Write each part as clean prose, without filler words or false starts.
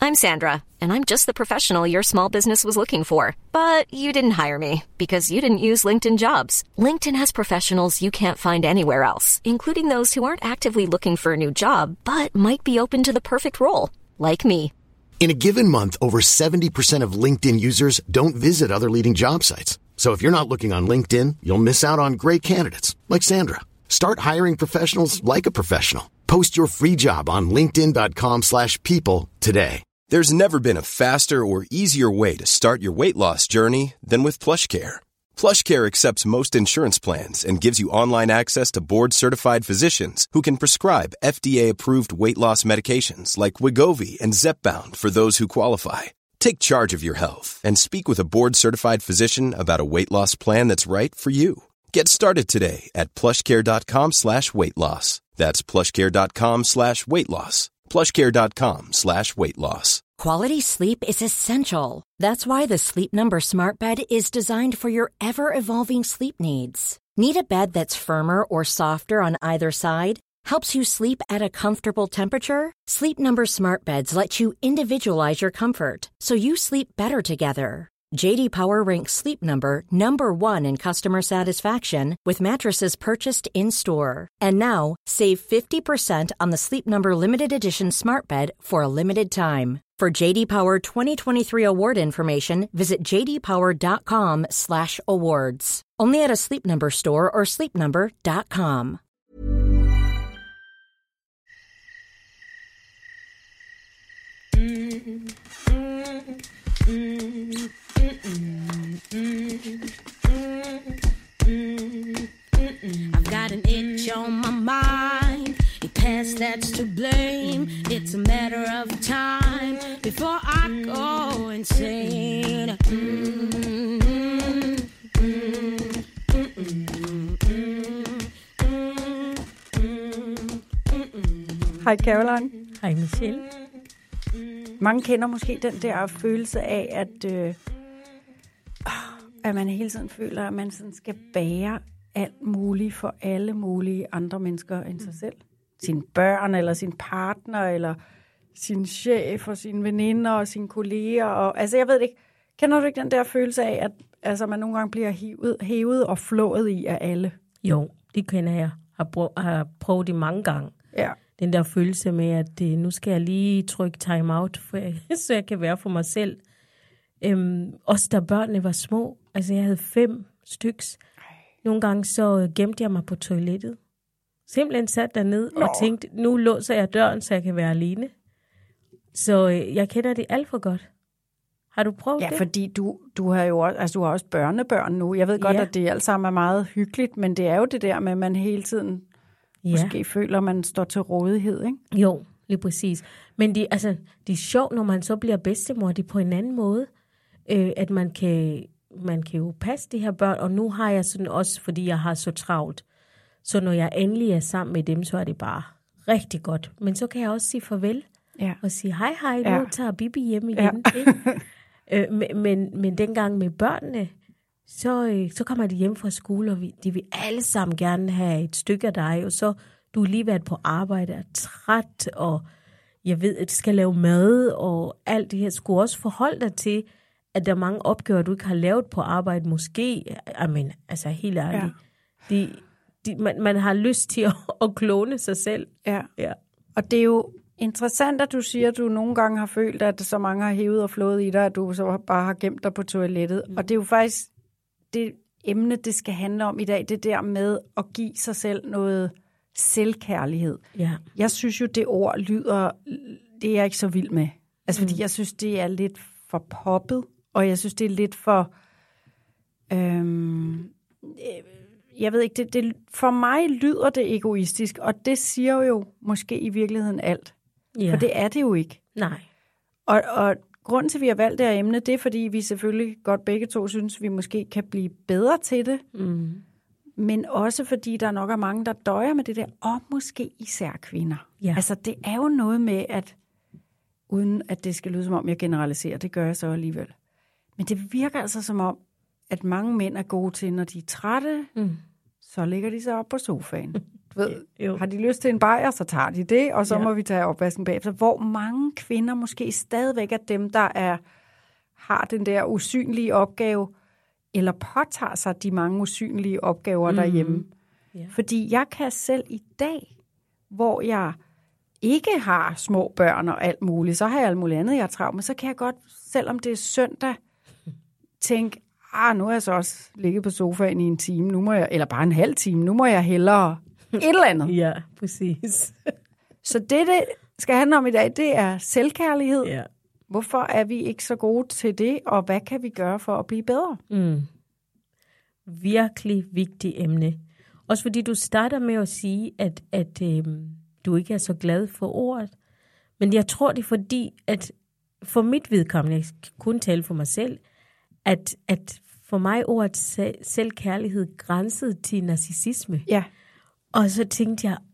I'm Sandra, and I'm just the professional your small business was looking for. But you didn't hire me because you didn't use LinkedIn Jobs. LinkedIn has professionals you can't find anywhere else, including those who aren't actively looking for a new job, but might be open to the perfect role, like me. In a given month, over 70% of LinkedIn users don't visit other leading job sites. So if you're not looking on LinkedIn, you'll miss out on great candidates like Sandra. Start hiring professionals like a professional. Post your free job on linkedin.com/people today. There's never been a faster or easier way to start your weight loss journey than with PlushCare. PlushCare accepts most insurance plans and gives you online access to board-certified physicians who can prescribe FDA-approved weight loss medications like Wegovy and Zepbound for those who qualify. Take charge of your health and speak with a board-certified physician about a weight loss plan that's right for you. Get started today at plushcare.com/weightloss. That's plushcare.com/weightloss. plushcare.com/weightloss. Quality sleep is essential. That's why the Sleep Number Smart Bed is designed for your ever-evolving sleep needs. Need a bed that's firmer or softer on either side? Helps you sleep at a comfortable temperature? Sleep Number Smart Beds let you individualize your comfort, so you sleep better together. J.D. Power ranks Sleep Number #1 in customer satisfaction with mattresses purchased in-store. And now, save 50% on the Sleep Number Limited Edition Smart Bed for a limited time. For J.D. Power 2023 award information, visit jdpower.com/awards. Only at a Sleep Number store or sleepnumber.com. I've got an itch on my mind. Your past, that's to blame. It's a matter of time before I go insane. Hej Caroline. Hej Michelle. Mange kender måske den der følelse af, at man hele tiden føler, at man sådan skal bære alt muligt for alle mulige andre mennesker end sig selv. Sine børn, eller sin partner, eller sin chef, og sine veninder, og sine kolleger. Og, altså, jeg ved ikke, kender du ikke den der følelse af, at altså, man nogle gange bliver hævet og flået i af alle? Jo, det kender jeg. Har prøvet det mange gange. Ja. Den der følelse med, at nu skal jeg lige trykke time out, så jeg kan være for mig selv. Også da børnene var små. Altså, jeg havde 5 styks. Nogle gange så gemte jeg mig på toilettet. Simpelthen sat derned og tænkte, nu låser jeg døren, så jeg kan være alene. Så jeg kender det alt for godt. Har du prøvet det? Ja, fordi du har jo også, altså, du har også børnebørn nu. Jeg ved godt, at det alt sammen er meget hyggeligt, men det er jo det der med, at man hele tiden måske føler, at man står til rådighed, ikke? Jo, lige præcis. Men det er sjovt, når man så bliver bedstemor, det er på en anden måde, at man kan jo passe de her børn, og nu har jeg sådan også, fordi jeg har så travlt, så når jeg endelig er sammen med dem, så er det bare rigtig godt. Men så kan jeg også sige farvel, og sige hej, nu tager Bibi hjem igen. Ja. Men dengang med børnene, så kommer de hjem fra skole, og de vil alle sammen gerne have et stykke af dig, og så du har lige været på arbejde, er træt, og jeg ved, at du skal lave mad, og alt det her. Skulle også forholde dig til, at der er mange opgaver, du ikke har lavet på arbejde, måske. Amen, altså helt ærligt. Ja. Man har lyst til at klone sig selv. Ja. Og det er jo interessant, at du siger, at du nogle gange har følt, at så mange har hævet og flået i dig, at du så bare har gemt dig på toilettet. Og det er jo faktisk det emne, det skal handle om i dag, det der med at give sig selv noget selvkærlighed. Ja. Jeg synes jo, det ord lyder, det er jeg ikke så vild med. Altså, fordi jeg synes, det er lidt for poppet, og jeg synes, det er lidt for... jeg ved ikke, det for mig lyder det egoistisk, og det siger jo måske i virkeligheden alt. Yeah. For det er det jo ikke. Nej. Og grunden til, at vi har valgt det her emne, det er, fordi vi selvfølgelig godt begge to synes, vi måske kan blive bedre til det. Mm. Men også fordi der nok er mange, der døjer med det der, og måske især kvinder. Yeah. Altså, det er jo noget med, at uden at det skal lyde som om, jeg generaliserer, det gør jeg så alligevel. Men det virker altså som om, at mange mænd er gode til, når de er trætte, så ligger de sig op på sofaen. Har de lyst til en bajer, så tager de det, og så må vi tage opvasken bagefter. Hvor mange kvinder måske stadigvæk er dem, der har den der usynlige opgave, eller påtager sig de mange usynlige opgaver derhjemme. Yeah. Fordi jeg kan selv i dag, hvor jeg ikke har små børn og alt muligt, så har jeg alt muligt andet, jeg er travlt, men så kan jeg godt, selvom det er søndag, tænke, nu har jeg så også ligget på sofaen i en time, nu må jeg, eller bare en halv time, nu må jeg hellere et eller andet. Ja, præcis. Så det skal handle om i dag, det er selvkærlighed. Ja. Hvorfor er vi ikke så gode til det, og hvad kan vi gøre for at blive bedre? Virkelig vigtigt emne. Også fordi du starter med at sige, at du ikke er så glad for ordet. Men jeg tror, det er fordi, at for mit vedkommende, jeg kan kun tale for mig selv, at for mig ordet selvkærlighed grænsede til narcissisme. Ja. Og så tænkte jeg,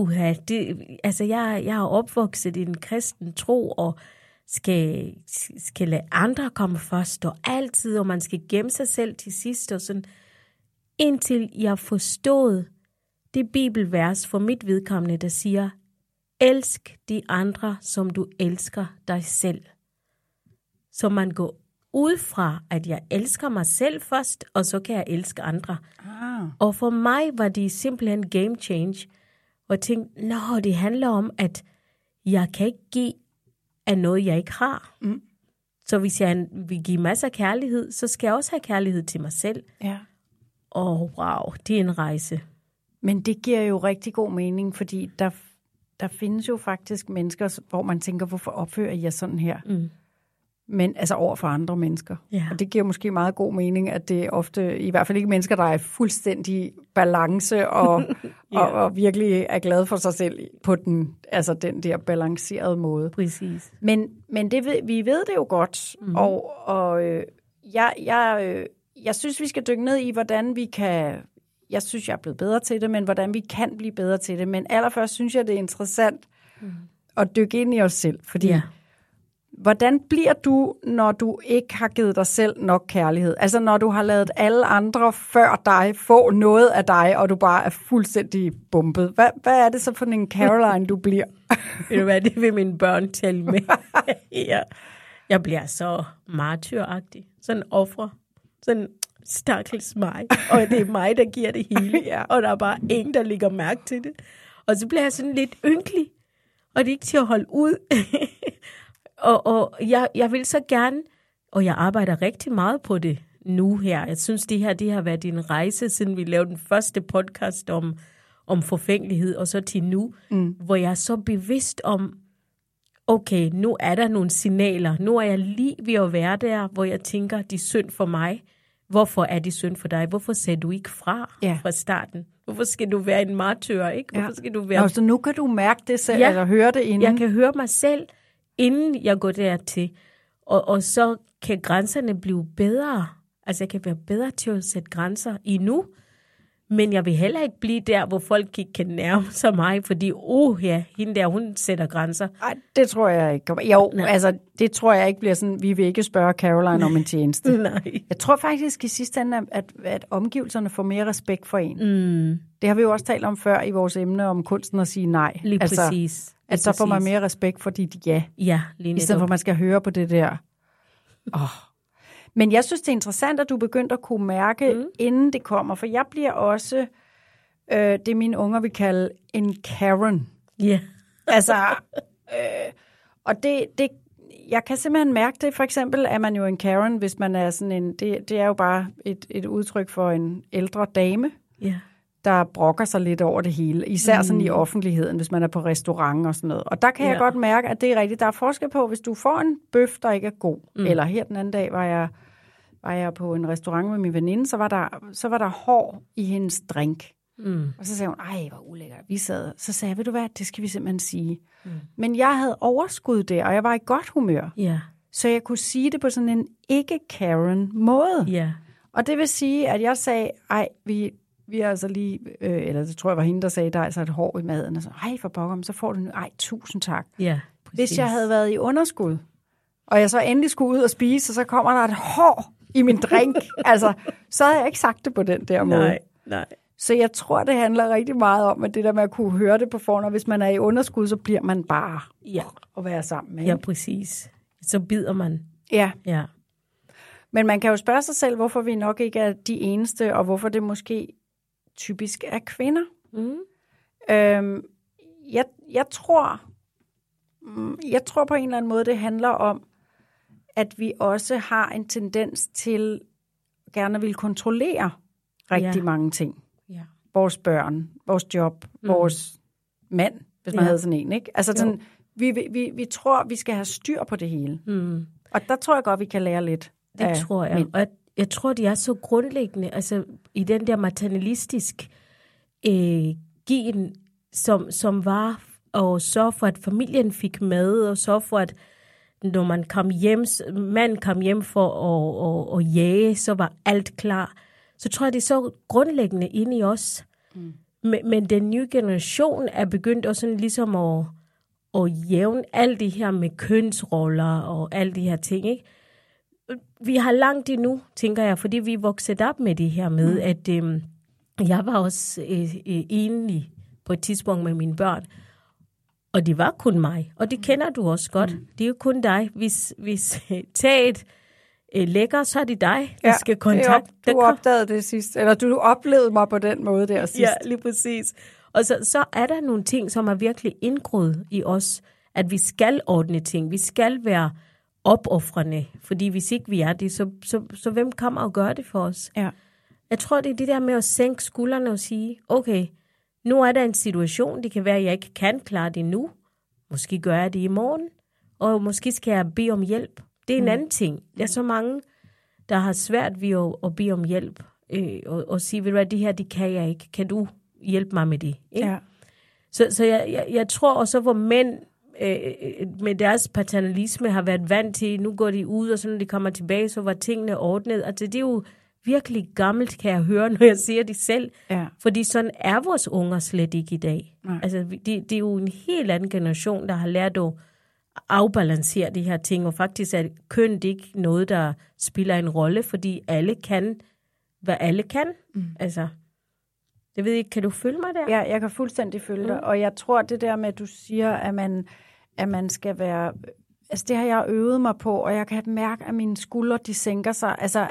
jeg er opvokset i en kristen tro, og skal lade andre komme først, og altid, og man skal gemme sig selv til sidst, og sådan, indtil jeg forstod det bibelvers for mit vedkommende, der siger, elsk de andre, som du elsker dig selv. Så man går ud fra, at jeg elsker mig selv først, og så kan jeg elske andre. Og for mig var det simpelthen game change, og jeg tænkte, det handler om, at jeg kan ikke give af noget, jeg ikke har. Så hvis jeg vil give masser af kærlighed, så skal jeg også have kærlighed til mig selv. Ja. Wow, det er en rejse. Men det giver jo rigtig god mening, fordi der findes jo faktisk mennesker, hvor man tænker, hvorfor opfører jeg sådan her? Men altså over for andre mennesker. Ja. Og det giver måske meget god mening, at det er ofte, i hvert fald ikke mennesker, der er fuldstændig balance og, og virkelig er glade for sig selv på den der balancerede måde. Præcis. Men vi ved det jo godt, og jeg synes, vi skal dykke ned i, hvordan vi kan. Jeg synes, jeg er blevet bedre til det, men hvordan vi kan blive bedre til det. Men allerførst synes jeg, det er interessant at dykke ind i os selv, fordi hvordan bliver du, når du ikke har givet dig selv nok kærlighed? Altså når du har ladet alle andre før dig få noget af dig, og du bare er fuldstændig bumpet. Hvad er det så for en Caroline, du bliver? Ved du hvad, det vil mine børn tælle med. Ja. Jeg bliver så martyragtig. Sådan offer. Sådan stakkels mig. Og det er mig, der giver det hele. Og der er bare ingen, der lægger mærke til det. Og så bliver jeg sådan lidt ynkelig. Og det er ikke til at holde ud. Og jeg vil så gerne, og jeg arbejder rigtig meget på det nu her. Jeg synes, det har været en rejse, siden vi lavede den første podcast om forfængelighed, og så til nu, hvor jeg er så bevidst om, okay, nu er der nogle signaler. Nu er jeg lige ved at være der, hvor jeg tænker, det er synd for mig. Hvorfor er det synd for dig? Hvorfor sagde du ikke fra starten? Hvorfor skal du være en martyr, ikke? Hvorfor skal du være... Så nu kan du mærke det selv, eller høre det inden? Jeg kan høre mig selv, inden jeg går dertil. Og så kan grænserne blive bedre. Altså, jeg kan være bedre til at sætte grænser endnu. Men jeg vil heller ikke blive der, hvor folk ikke kan nærme sig mig, fordi, hende der, hun sætter grænser. Nej, det tror jeg ikke. Det tror jeg ikke bliver sådan, vi vil ikke spørge Caroline om en tjeneste. Nej. Jeg tror faktisk i sidste ende, at omgivelserne får mere respekt for en. Det har vi jo også talt om før i vores emne om kunsten at sige nej. Lige præcis. At så får man mere respekt for dit ja. Ja, lige netop. I stedet for, at man skal høre på det der. Men jeg synes, det er interessant, at du begyndte at kunne mærke, inden det kommer. For jeg bliver også, det mine unger vil kalde, en Karen. Ja. Og jeg kan simpelthen mærke det. For eksempel er man jo en Karen, hvis man er sådan en, det er jo bare et udtryk for en ældre dame, der brokker sig lidt over det hele. Især sådan i offentligheden, hvis man er på restaurant og sådan noget. Og der kan jeg godt mærke, at det er rigtigt. Der er forskel på, hvis du får en bøf, der ikke er god. Eller her den anden dag var jeg på en restaurant med min veninde, så var der hår i hendes drink. Og så sagde hun, ej, hvor ulækkert. Vi sad. Så sagde jeg, ved du hvad, det skal vi simpelthen sige. Men jeg havde overskud der, og jeg var i godt humør. Så jeg kunne sige det på sådan en ikke-Karen-måde. Og det vil sige, at jeg sagde, ej, vi er altså lige, eller det tror jeg var hende, der sagde, der er altså et hår i maden. Og så, ej, for pokker, så får du nu, ej, tusind tak. Hvis jeg havde været i underskud, og jeg så endelig skulle ud og spise, og så kommer der et hår i min drink, så havde jeg ikke sagt det på den der måde. Nej. Så jeg tror, det handler rigtig meget om, at det der med at kunne høre det på forhånd, og hvis man er i underskud, så bliver man bare at være sammen med. Ja, præcis. Så bider man. Ja. Ja. Men man kan jo spørge sig selv, hvorfor vi nok ikke er de eneste, og hvorfor det måske typisk er kvinder. Jeg tror på en eller anden måde, det handler om, at vi også har en tendens til gerne at ville kontrollere rigtig mange ting. Ja. Vores børn, vores job, vores mand, hvis man havde sådan en, ikke? Altså sådan, vi tror, vi skal have styr på det hele. Og der tror jeg godt, vi kan lære lidt. Det tror jeg. Og jeg tror, de er så grundlæggende, altså i den der maternalistisk gen, som var at sørge for, at familien fik mad, og sørge for, at når man kom hjem for at jage, så var alt klar. Så tror jeg, det er så grundlæggende inde i os. Men den nye generation er begyndt også sådan ligesom at jævne alt det her med kønsroller og alle de her ting, ikke? Vi har langt endnu, tænker jeg, fordi vi er vokset op med det her med, at jeg var også enlig på et tidspunkt med mine børn, og det var kun mig, og det kender du også godt. Det er jo kun dig. Hvis taget lækker, så er det dig, der skal kontakte. Du opdagede det sidst, eller du oplevede mig på den måde der sidst. Ja, lige præcis. Og så er der nogle ting, som er virkelig indgroet i os, at vi skal ordne ting. Vi skal være opoffrende, fordi hvis ikke vi er det, så hvem kommer og gør det for os? Ja. Jeg tror, det er det der med at sænke skuldrene og sige, okay, nu er der en situation, det kan være, at jeg ikke kan klare det nu. Måske gør jeg det i morgen, og måske skal jeg bede om hjælp. Det er en anden ting. Der er så mange, der har svært ved at bede om hjælp, og sige, ved du hvad, det her, det kan jeg ikke. Kan du hjælpe mig med det? Ikke? Ja. Så jeg tror også, hvor mænd med deres paternalisme har været vant til, nu går de ud, og så når de kommer tilbage, så var tingene ordnet. Altså det er jo virkelig gammelt, kan jeg høre, når jeg siger det selv. Ja. Fordi sådan er vores unger slet ikke i dag. Nej. Altså det er jo en helt anden generation, der har lært at afbalancere de her ting, og faktisk er køn ikke noget, der spiller en rolle, fordi alle kan, hvad alle kan. Altså, jeg ved ikke, kan du følge mig der? Ja, jeg kan fuldstændig følge dig, og jeg tror, det der med, at du siger, at man skal være, altså det har jeg øvet mig på, og jeg kan mærke, at mine skuldre, de sænker sig, altså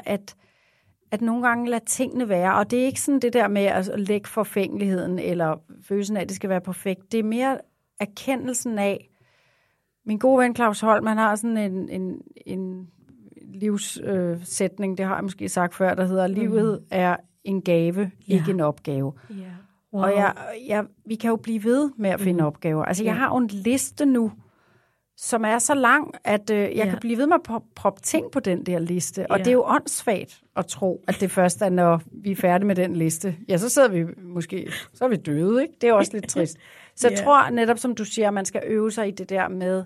at nogle gange lader tingene være, og det er ikke sådan det der med at lægge forfængeligheden, eller følelsen af, at det skal være perfekt, det er mere erkendelsen af, min gode ven Claus Holm, han har sådan en livssætning, det har jeg måske sagt før, der hedder, livet er en gave, ikke en opgave. Yeah. Wow. Og vi kan jo blive ved med at finde opgaver. Altså, jeg har jo en liste nu, som er så lang, at jeg kan blive ved med at proppe ting på den der liste. Og det er jo åndssvagt at tro, at det først er, når vi er færdige med den liste. Ja, så sidder vi måske, så er vi døde, ikke? Det er også lidt trist. Så jeg tror netop, som du siger, man skal øve sig i det der med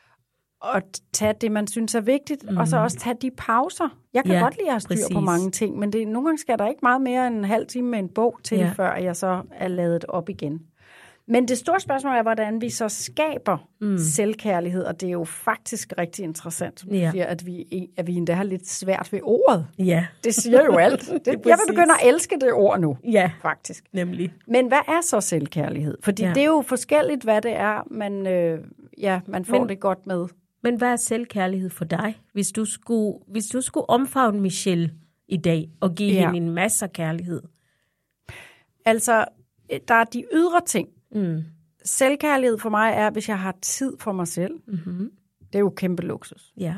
at tage det, man synes er vigtigt, og så også tage de pauser. Jeg kan godt lide at have styr på mange ting, men nogle gange skal der ikke meget mere end en halv time med en bog til, før jeg så er ladet op igen. Men det store spørgsmål er, hvordan vi så skaber selvkærlighed, og det er jo faktisk rigtig interessant, som du siger, at vi endda har lidt svært ved ordet. Ja. Det siger jo alt. Jeg vil begynde at elske det ord nu, faktisk. Nemlig. Men hvad er så selvkærlighed? Fordi det er jo forskelligt, hvad det er, man får det godt med. Men hvad er selvkærlighed for dig, hvis du skulle omfavne Michelle i dag og give hende en masse kærlighed? Altså, der er de ydre ting. Selvkærlighed for mig er, hvis jeg har tid for mig selv. Mm-hmm. Det er jo kæmpe luksus. Ja.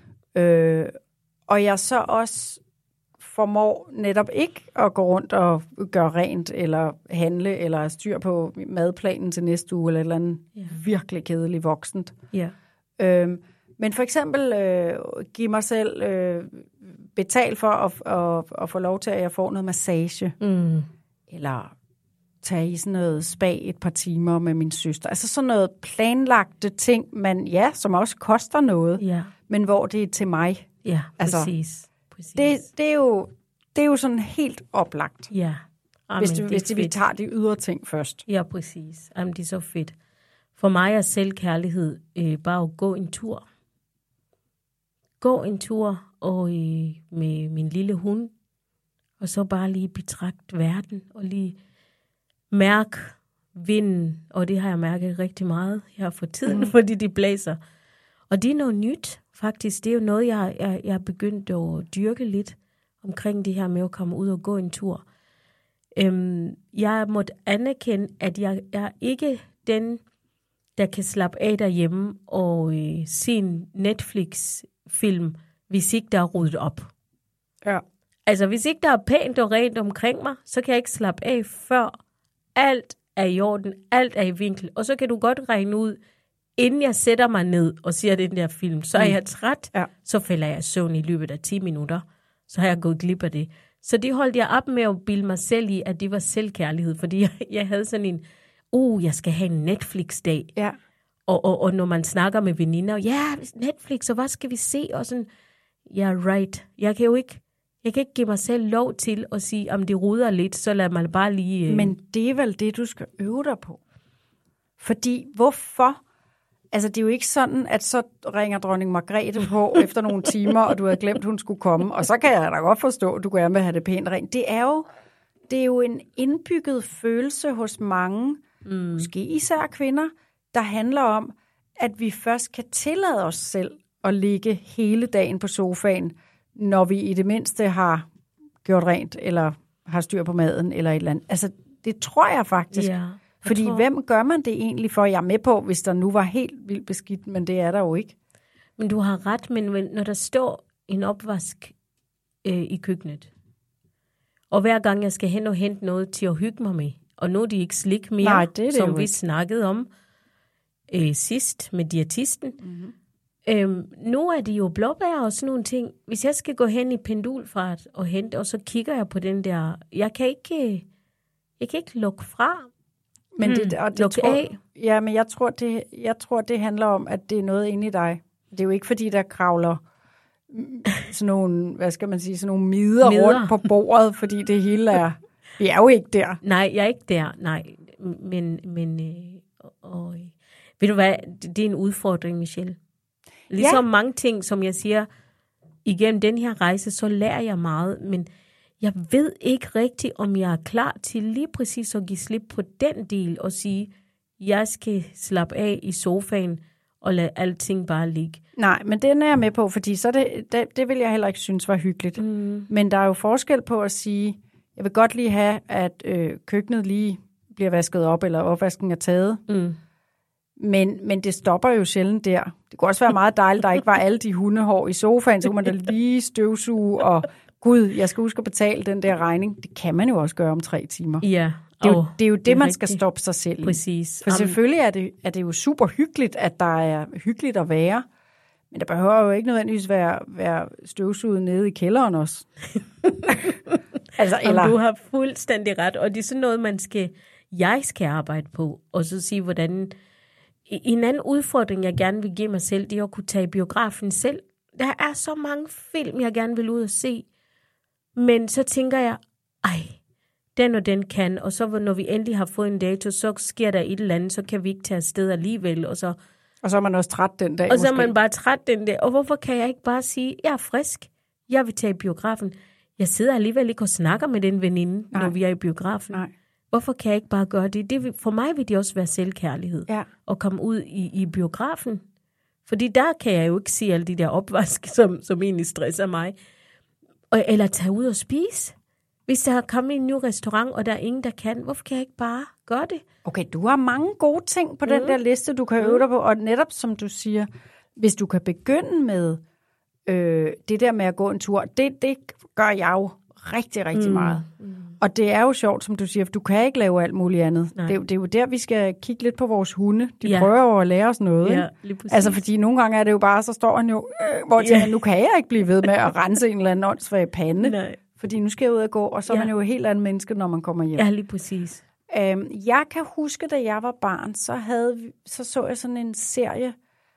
Og jeg så også formår netop ikke at gå rundt og gøre rent, eller handle, eller styr på madplanen til næste uge, eller et eller andet virkelig kedeligt voksent. Ja. Men for eksempel give mig selv betal for at få lov til, at jeg får noget massage. Eller tage i sådan noget spa et par timer med min søster. Altså sådan noget planlagte ting, som også koster noget, men hvor det er til mig. Ja, altså, præcis. Det er jo sådan helt oplagt. Ja. Hvis vi tager de ydre ting først. Ja, præcis. Jamen, det er så fedt. For mig er selvkærlighed bare at gå en tur. Gå en tur og med min lille hund. Og så bare lige betragte verden, og lige mærke vinden. Og det har jeg mærket rigtig meget her for tiden, fordi de blæser. Og det er noget nyt, faktisk. Det er jo noget, jeg er begyndt at dyrke lidt omkring det her med at komme ud og gå en tur. Jeg måtte anerkende, at jeg er ikke den, der kan slappe af derhjemme og se en Netflix-film, hvis ikke der er ryddet op. Ja. Altså, hvis ikke der er pænt og rent omkring mig, så kan jeg ikke slappe af, før alt er i orden, alt er i vinkel. Og så kan du godt regne ud, inden jeg sætter mig ned og ser den der film, så er jeg træt, så falder jeg i søvn i løbet af 10 minutter. Så har jeg gået glip af det. Så det holdt jeg op med at bilde mig selv i, at det var selvkærlighed, fordi jeg havde sådan en, jeg skal have en Netflix-dag. Ja. Og når man snakker med veninder, Netflix, og hvad skal vi se? Og sådan, right. Jeg kan ikke give mig selv lov til at sige, om det ruder lidt, så lad mig bare lige... Men det er vel det, du skal øve dig på. Fordi, hvorfor? Altså, det er jo ikke sådan, at så ringer dronning Margrethe på efter nogle timer, og du havde glemt, hun skulle komme. Og så kan jeg da godt forstå, at du gerne vil have det pænt rent. Det er jo en indbygget følelse hos mange, måske især kvinder, der handler om, at vi først kan tillade os selv at ligge hele dagen på sofaen, når vi i det mindste har gjort rent, eller har styr på maden, eller et eller andet. Altså, det tror jeg faktisk. Ja, fordi hvem gør man det egentlig for? Jeg er med på, hvis der nu var helt vildt beskidt, men det er der jo ikke. Men du har ret, men når der står en opvask i køkkenet, og hver gang jeg skal hen og hente noget til at hygge mig med, og nu er de ikke slik mere, nej, det som vi snakkede om sidst med diætisten. Nu er det jo blåbær og sådan nogle ting. Hvis jeg skal gå hen i pendulfart og hente, og så kigger jeg på den der, jeg kan ikke lukke fra. Men men jeg tror, det handler om, at det er noget inde i dig. Det er jo ikke, fordi der kravler sådan nogle, hvad skal man sige, sådan nogle mider rundt på bordet, fordi det hele er, vi er jo ikke der. Nej, jeg er ikke der, nej. Men ved du hvad, det er en udfordring, Michelle. Ligesom mange ting, som jeg siger, igennem den her rejse, så lærer jeg meget, men jeg ved ikke rigtigt, om jeg er klar til lige præcis at give slip på den del og sige, jeg skal slappe af i sofaen og lade alting bare ligge. Nej, men den er jeg med på, fordi så det vil jeg heller ikke synes var hyggeligt. Men der er jo forskel på at sige, jeg vil godt lige have, at køkkenet lige bliver vasket op, eller opvasken er taget. Men det stopper jo sjældent der. Det kunne også være meget dejligt, der ikke var alle de hundehår i sofaen, så kunne man da lige støvsuge, og gud, jeg skal huske at betale den der regning. Det kan man jo også gøre om 3 timer. Ja. Det er jo det man skal stoppe sig selv i. Præcis. For selvfølgelig er det jo super hyggeligt, at der er hyggeligt at være, men der behøver jo ikke nødvendigvis være støvsuget nede i kælderen også. Altså, du har fuldstændig ret, og det er sådan noget, jeg skal arbejde på, og så sige, hvordan... En anden udfordring, jeg gerne vil give mig selv, det er at kunne tage i biografen selv. Der er så mange film, jeg gerne vil ud og se. Men så tænker jeg, den og den kan. Og så når vi endelig har fået en dato, så sker der et eller andet, så kan vi ikke tage afsted alligevel. Og så er man også træt den dag. Og så er man bare træt den dag. Og hvorfor kan jeg ikke bare sige, jeg er frisk, jeg vil tage i biografen. Jeg sidder alligevel ikke og snakker med den veninde, når vi er i biografen. Nej. Hvorfor kan jeg ikke bare gøre det? For mig vil det også være selvkærlighed. Ja. At komme ud i biografen. Fordi der kan jeg jo ikke se alle de der opvask, som egentlig stresser mig. Eller tage ud og spise. Hvis der kommer i en ny restaurant, og der er ingen, der kan, hvorfor kan jeg ikke bare gøre det? Okay, du har mange gode ting på den der liste, du kan øve dig på. Og netop som du siger, hvis du kan begynde med det der med at gå en tur, det gør jeg jo rigtig, rigtig meget. Og det er jo sjovt, som du siger, for du kan ikke lave alt muligt andet. Det er jo der, vi skal kigge lidt på vores hunde. De prøver jo at lære os noget. Ja, altså, fordi nogle gange er det jo bare, så står han jo, hvor jeg tænker, nu kan jeg ikke blive ved med at rense en eller anden åndssvag pande. Nej. Fordi nu skal jeg ud og gå, og så er man jo et helt andet menneske, når man kommer hjem. Ja, lige præcis. Jeg kan huske, da jeg var barn, så jeg sådan en serie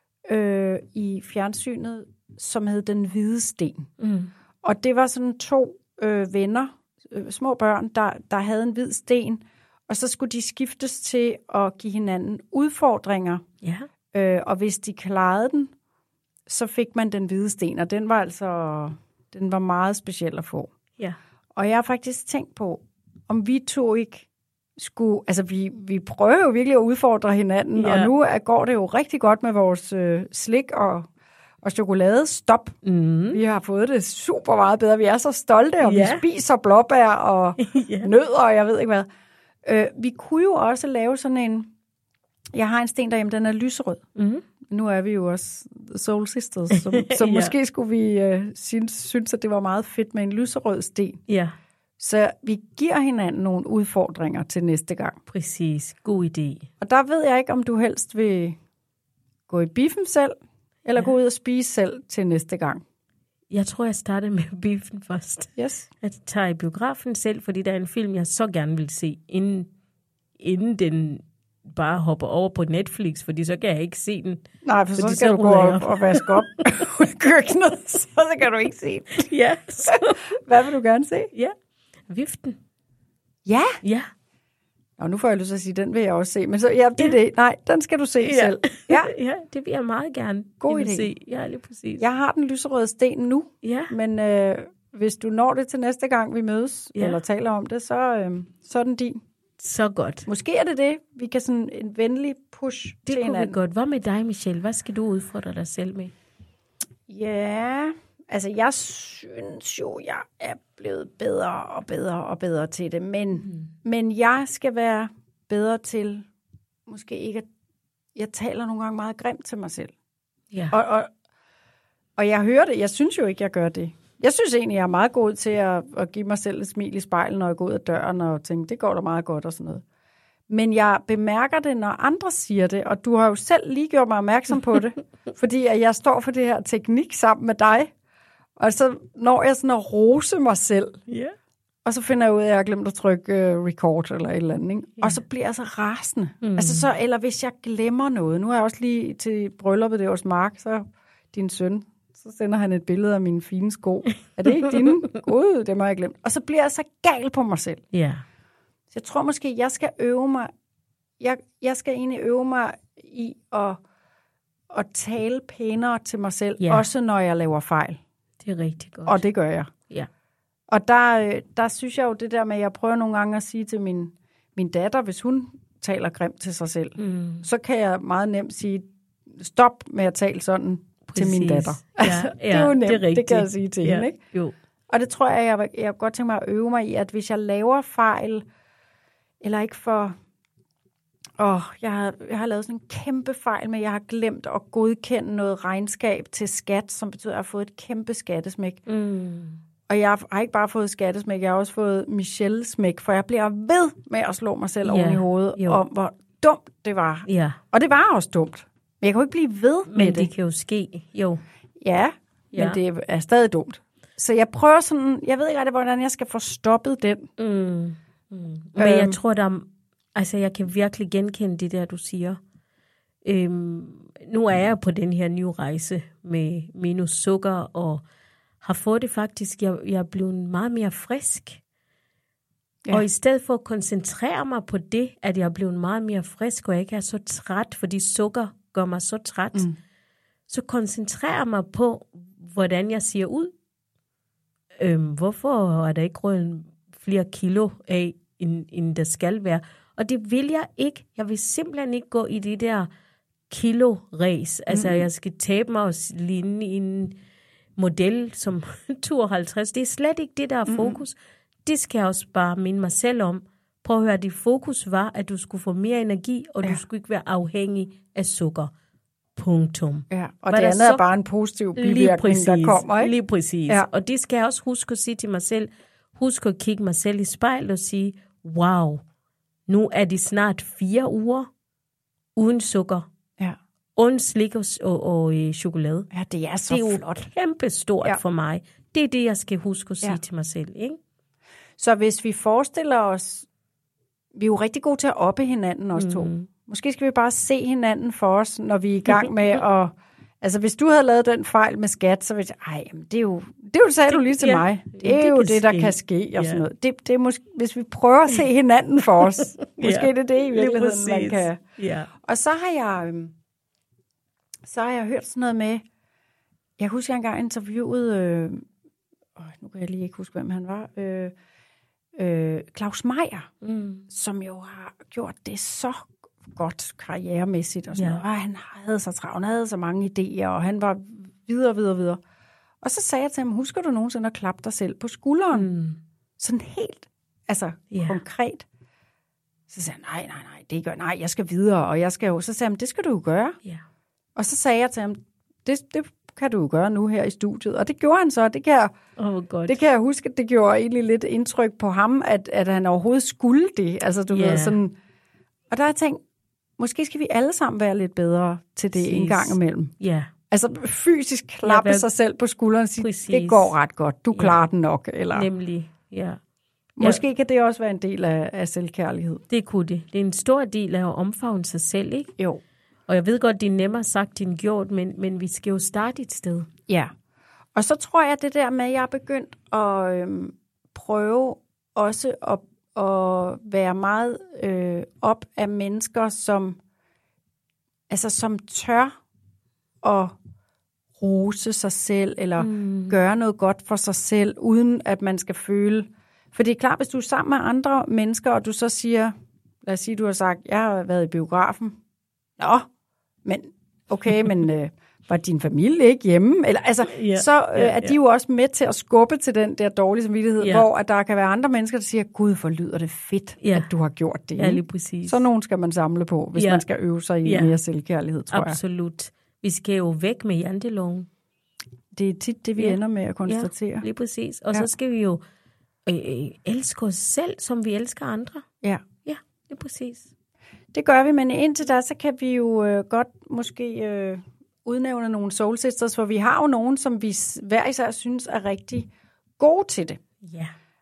i fjernsynet, som hed Den Hvide Sten. Og det var sådan 2 venner, små børn, der havde en hvid sten, og så skulle de skiftes til at give hinanden udfordringer. Ja. Og hvis de klarede den, så fik man den hvide sten, og den var meget speciel at få. Ja. Og jeg har faktisk tænkt på, om vi to ikke skulle... Altså, vi prøver jo virkelig at udfordre hinanden, og nu går det jo rigtig godt med vores slik og chokoladestop. Vi har fået det super meget bedre. Vi er så stolte, og vi spiser blåbær og nødder, og jeg ved ikke hvad. Vi kunne jo også lave sådan en... Jeg har en sten derhjemme, den er lyserød. Nu er vi jo også Soul Sisters, så måske skulle vi synes, at det var meget fedt med en lyserød sten. Ja. Så vi giver hinanden nogle udfordringer til næste gang. Præcis. God idé. Og der ved jeg ikke, om du helst vil gå i biffen selv, eller gå ud og spise selv til næste gang. Jeg tror, jeg starter med biffen først. Yes. Jeg tager i biografen selv, fordi der er en film, jeg så gerne vil se, inden den bare hopper over på Netflix, fordi så kan jeg ikke se den. Nej, for så skal du gå og vaske op i køkkenet, så kan du ikke se den. Ja. Hvad vil du gerne se? Ja, Viften. Ja? Ja. Og nu får jeg lyst til at sige, den vil jeg også se. Men så, det. Nej, den skal du se selv. Ja. Ja, det vil jeg meget gerne. God idé. Se. Ja, lige præcis. Jeg har den lyserøde sten nu, men hvis du når det til næste gang, vi mødes, eller taler om det, så er den din. Så godt. Måske er det. Vi kan sådan en venlig push til hinanden. Det kunne vi godt. Hvad med dig, Michelle? Hvad skal du udfordre dig selv med? Ja, altså jeg synes jo, jeg er blevet bedre og bedre og bedre til det. Men jeg skal være bedre til, måske ikke, at jeg taler nogle gange meget grimt til mig selv. Ja. Og jeg hører det. Jeg synes jo ikke, jeg gør det. Jeg synes egentlig, jeg er meget god til at give mig selv et smil i spejlet, når jeg går ud af døren og tænker, det går da meget godt og sådan noget. Men jeg bemærker det, når andre siger det, og du har jo selv lige gjort mig opmærksom på det, fordi at jeg står for det her teknik sammen med dig, og så når jeg sådan at rose mig selv, og så finder jeg ud af, at jeg har glemt at trykke record eller et eller andet, ikke? Og så bliver jeg så rasende. Altså eller hvis jeg glemmer noget. Nu har jeg også lige til brylluppet, det hos Mark, så din søn, så sender han et billede af mine fine sko. Er det ikke dine? Gud, det må jeg glemt. Og så bliver jeg så gal på mig selv. Ja. Så jeg tror måske, jeg skal øve mig. Jeg skal egentlig øve mig i at tale pænere til mig selv, også når jeg laver fejl. Det er rigtig godt. Og det gør jeg. Ja. Og der synes jeg jo det der med, at jeg prøver nogle gange at sige til min datter, hvis hun taler grimt til sig selv, så kan jeg meget nemt sige, stop med at tale sådan til min datter. Altså, det er jo nemt, det kan jeg sige til hende, ikke? Jo. Og det tror jeg kan godt tænke mig at øve mig i, at hvis jeg laver fejl, eller ikke for... jeg har lavet sådan en kæmpe fejl med, at jeg har glemt at godkende noget regnskab til skat, som betyder, at jeg har fået et kæmpe skattesmæk. Og jeg har ikke bare fået skattesmæk, jeg har også fået Michelle-smæk, for jeg bliver ved med at slå mig selv oven i hovedet, om hvor dumt det var. Ja. Og det var også dumt. Men jeg kan jo ikke blive ved med det. Men det kan jo ske, jo. Ja, men det er stadig dumt. Så jeg prøver sådan, jeg ved ikke rigtig, hvordan jeg skal få stoppet den. Men jeg tror, jeg kan virkelig genkende det der, du siger. Nu er jeg på den her nye rejse med minus sukker, og har fået det faktisk, jeg er blevet meget mere frisk. Ja. Og i stedet for at koncentrere mig på det, at jeg er blevet meget mere frisk, og jeg ikke er så træt, fordi sukker gør mig så træt, så koncentrerer mig på, hvordan jeg ser ud. Hvorfor er der ikke røget flere kilo af, end der skal være? Og det vil jeg ikke. Jeg vil simpelthen ikke gå i det der kilo-ræs. Altså, jeg skal tabe mig og ligne i en model som 52. Det er slet ikke det, der er fokus. Det skal jeg også bare minde mig selv om. Prøv at høre, dit fokus var, at du skulle få mere energi, og du skulle ikke være afhængig af sukker. Punktum. Ja, og det andet er bare en positiv bivirkning, der kommer, ikke? Lige præcis. Ja. Og det skal jeg også huske at sige til mig selv. Husk at kigge mig selv i spejlet og sige, wow, nu er det snart 4 uger uden sukker. Ja. Uden slik og chokolade. Ja, det er så flot. flot. Det er kæmpe stort for mig. Det er det, jeg skal huske at sige til mig selv, ikke? Så hvis vi forestiller os, vi er jo rigtig gode til at oppe hinanden, os to. Måske skal vi bare se hinanden for os, når vi er i gang med at... Altså, hvis du havde lavet den fejl med skat, så ville jeg det er jo, sagde du lige til mig. Det er jo det, der kan ske, og sådan noget. Det er måske, hvis vi prøver at se hinanden for os, måske det er det i virkeligheden, man kan... Ja. Og så har jeg hørt sådan noget med... Jeg husker, jeg engang interviewet nu kan jeg lige ikke huske, hvem han var, Claus Meyer, som jo har gjort det så godt karrieremæssigt, og sådan noget. Og han havde så travlt, han havde så mange idéer, og han var videre. Og så sagde jeg til ham, husker du nogensinde at klappe dig selv på skulderen? Sådan helt, konkret. Så sagde han, nej, jeg skal videre, og jeg skal jo, så sagde han, det skal du jo gøre. Yeah. Og så sagde jeg til ham, det kan du jo gøre nu her i studiet. Og det gjorde han så, det kan jeg huske, det gjorde egentlig lidt indtryk på ham, at han overhovedet skulle det. Altså du ved, sådan. Og der har jeg tænkt, måske skal vi alle sammen være lidt bedre til det en gang imellem. Ja. Yeah. Altså fysisk klappe sig selv på skulderen og sige, det går ret godt, du klarer den nok. Eller. Nemlig, ja. Måske kan det også være en del af selvkærlighed. Det kunne det. Det er en stor del af at omfavne sig selv, ikke? Jo. Og jeg ved godt, det er nemmere sagt end gjort, men vi skal jo starte et sted. Ja. Og så tror jeg, det der med, at jeg er begyndt at prøve også at være meget op af mennesker, som tør at rose sig selv, eller gøre noget godt for sig selv, uden at man skal føle. For det er klart, hvis du er sammen med andre mennesker, og du så siger, lad os sige, du har sagt, jeg har været i biografen. Nå, men okay, men var din familie ikke hjemme? Eller, altså, er de jo også med til at skubbe til den der dårlige samvittighed, hvor at der kan være andre mennesker, der siger, gud, hvor lyder det fedt, at du har gjort det. Ja, lige præcis. Så nogen skal man samle på, hvis man skal øve sig i mere selvkærlighed, tror jeg. Absolut. Vi skal jo væk med janteloven. Det er tit det, vi ender med at konstatere. Ja, lige præcis. Og så skal vi jo elske os selv, som vi elsker andre. Ja. Ja, det er præcis. Det gør vi, men indtil da, så kan vi jo godt måske udnævne nogle soul sisters, for vi har jo nogen, som vi hver især synes er rigtig gode til det. Ja.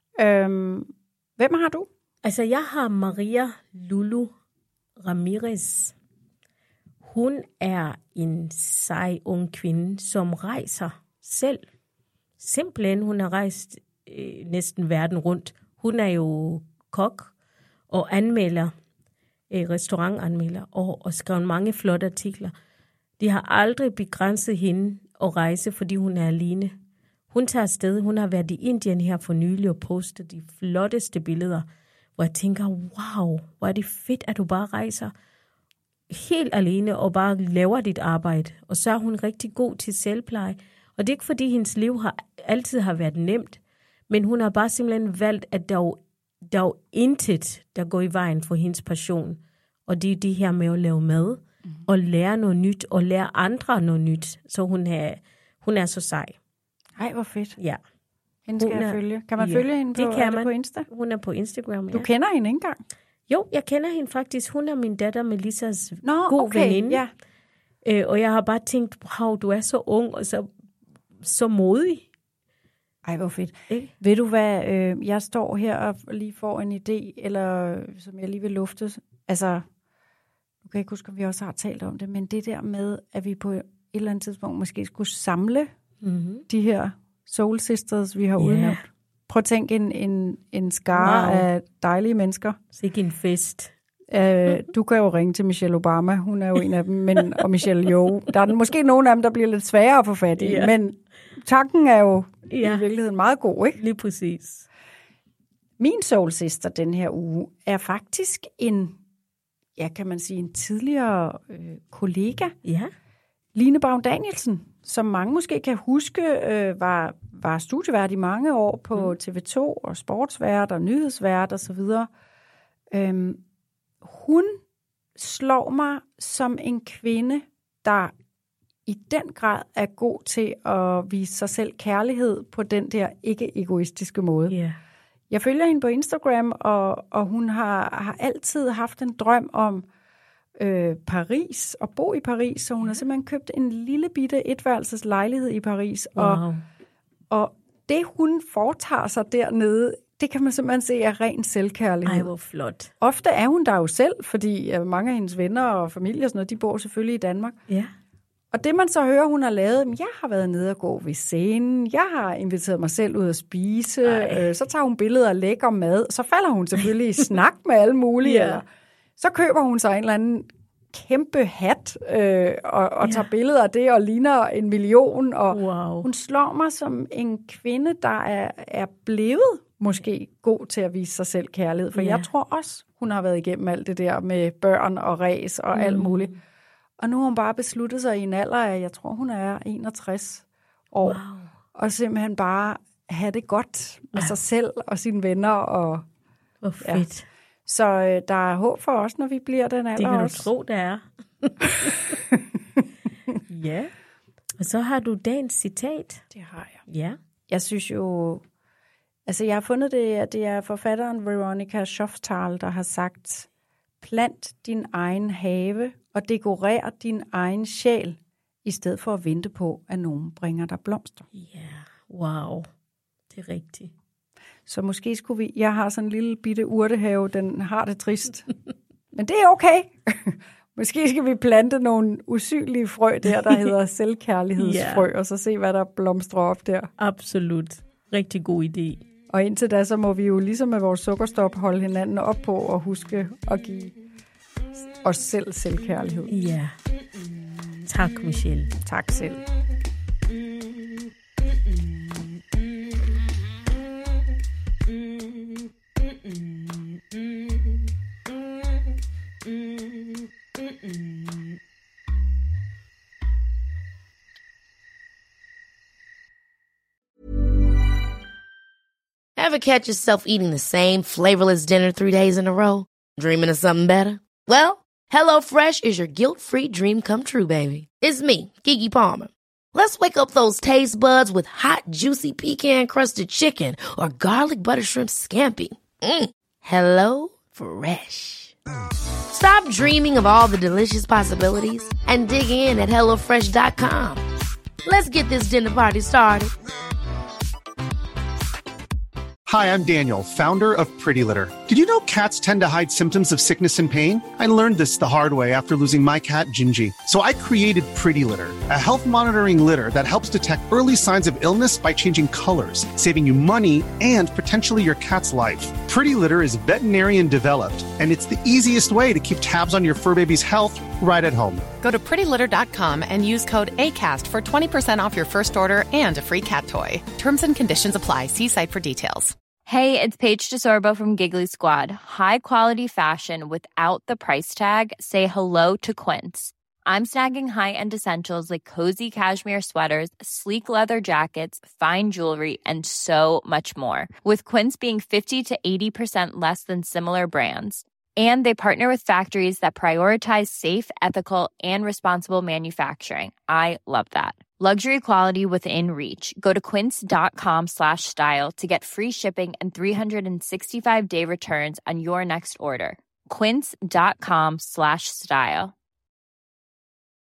Hvem har du? Altså, jeg har Maria Lulu Ramirez. Hun er en sej ung kvinde, som rejser selv. Simpelthen, hun har rejst næsten verden rundt. Hun er jo kok og anmelder, restaurantanmelder, og skrevet mange flotte artikler. De har aldrig begrænset hende at rejse, fordi hun er alene. Hun tager afsted. Hun har været i Indien her for nylig og postet de flotteste billeder, hvor jeg tænker, wow, hvor er det fedt, at du bare rejser helt alene og bare laver dit arbejde. Og så er hun rigtig god til selvpleje. Og det er ikke, fordi hendes liv altid har været nemt, men hun har bare simpelthen valgt, at der er jo intet, der går i vejen for hendes passion. Og det er det her med at lave mad, og lære noget nyt, og lære andre noget nyt. Så hun er så sej. Ej, hvor fedt. Ja. Hende skal jeg følge. Kan man følge hende på Insta? Hun er på Instagram, Du kender hende ikke engang? Jo, jeg kender hende faktisk. Hun er min datter Melissas god veninde. Ja. Og jeg har bare tænkt, wow, du er så ung og så modig. Ej, hvor fedt. Ved du hvad, jeg står her og lige får en idé, eller som jeg lige vil lufte. Altså, nu kan jeg ikke huske, om vi også har talt om det, men det der med, at vi på et eller andet tidspunkt måske skulle samle de her soul sisters, vi har udnævnt. Prøv at tænke en skare af dejlige mennesker. Sikke en fest. Du kan jo ringe til Michelle Obama, hun er jo en af dem, og Michelle Yeoh. Der er måske nogle af dem, der bliver lidt sværere at få fat i, men tanken er jo i virkeligheden meget god, ikke? Lige præcis. Min soul sister den her uge er faktisk en tidligere kollega. Ja. Line Baun Danielsen, som mange måske kan huske, var studievært i mange år på TV2 og sportsvært og nyhedsvært og så videre. Hun slår mig som en kvinde, der i den grad er god til at vise sig selv kærlighed på den der ikke-egoistiske måde. Yeah. Jeg følger hende på Instagram, og hun har altid haft en drøm om Paris, og bo i Paris, så hun har simpelthen købt en lille bitte etværelses lejlighed i Paris, og det hun foretager sig dernede, det kan man simpelthen se er ren selvkærlighed. Ej, hvor flot. Ofte er hun der jo selv, fordi mange af hendes venner og familie og sådan noget, de bor selvfølgelig i Danmark. Ja. Og det man så hører, hun har lavet, jeg har været nede og gå ved scenen, jeg har inviteret mig selv ud at spise, så tager hun billeder af lækker mad, så falder hun selvfølgelig i snak med alle mulige, eller så køber hun sig en eller anden kæmpe hat og tager billeder af det og ligner 1 million. Og hun slår mig som en kvinde, der er blevet måske god til at vise sig selv kærlighed. For jeg tror også, hun har været igennem alt det der med børn og ræs og alt muligt. Og nu har hun bare besluttet sig i en alder af, jeg tror hun er 61 år. Wow. Og simpelthen bare have det godt med sig selv og sine venner. Og, hvor fedt. Ja. Så der er håb for os, når vi bliver den alder. Det kan også. Du tro, der er. Ja. Og så har du dagens citat. Det har jeg. Ja. Jeg synes jo... Altså, jeg har fundet det, at det er forfatteren Veronica Schoftal, der har sagt, plant din egen have og dekorer din egen sjæl, i stedet for at vente på, at nogen bringer dig blomster. Ja, wow. Det er rigtigt. Så måske skulle vi... Jeg har sådan en lille bitte urtehave, den har det trist. Men det er okay. Måske skal vi plante nogle usynlige frø der hedder selvkærlighedsfrø, og så se, hvad der blomstrer op der. Absolut. Rigtig god idé. Og indtil da, så må vi jo ligesom med vores sukkerstop holde hinanden op på og huske at give os selv selvkærlighed. Ja. Tak, Michelle. Tak selv. Ever catch yourself eating the same flavorless dinner 3 days in a row? Dreaming of something better? Well, HelloFresh is your guilt-free dream come true, baby. It's me, Keke Palmer. Let's wake up those taste buds with hot, juicy pecan-crusted chicken or garlic butter shrimp scampi. Hello Fresh. Stop dreaming of all the delicious possibilities and dig in at HelloFresh.com. Let's get this dinner party started. Hi, I'm Daniel, founder of Pretty Litter. Did you know cats tend to hide symptoms of sickness and pain? I learned this the hard way after losing my cat, Gingy. So I created Pretty Litter, a health monitoring litter that helps detect early signs of illness by changing colors, saving you money and potentially your cat's life. Pretty Litter is veterinarian developed, and it's the easiest way to keep tabs on your fur baby's health right at home. Go to prettylitter.com and use code ACAST for 20% off your first order and a free cat toy. Terms and conditions apply. See site for details. Hey, it's Paige DeSorbo from Giggly Squad. High quality fashion without the price tag. Say hello to Quince. I'm snagging high-end essentials like cozy cashmere sweaters, sleek leather jackets, fine jewelry, and so much more. With Quince being 50 to 80% less than similar brands. And they partner with factories that prioritize safe, ethical, and responsible manufacturing. I love that. Luxury quality within reach. Go to quince.com/style to get free shipping and 365-day returns on your next order. Quince.com/style.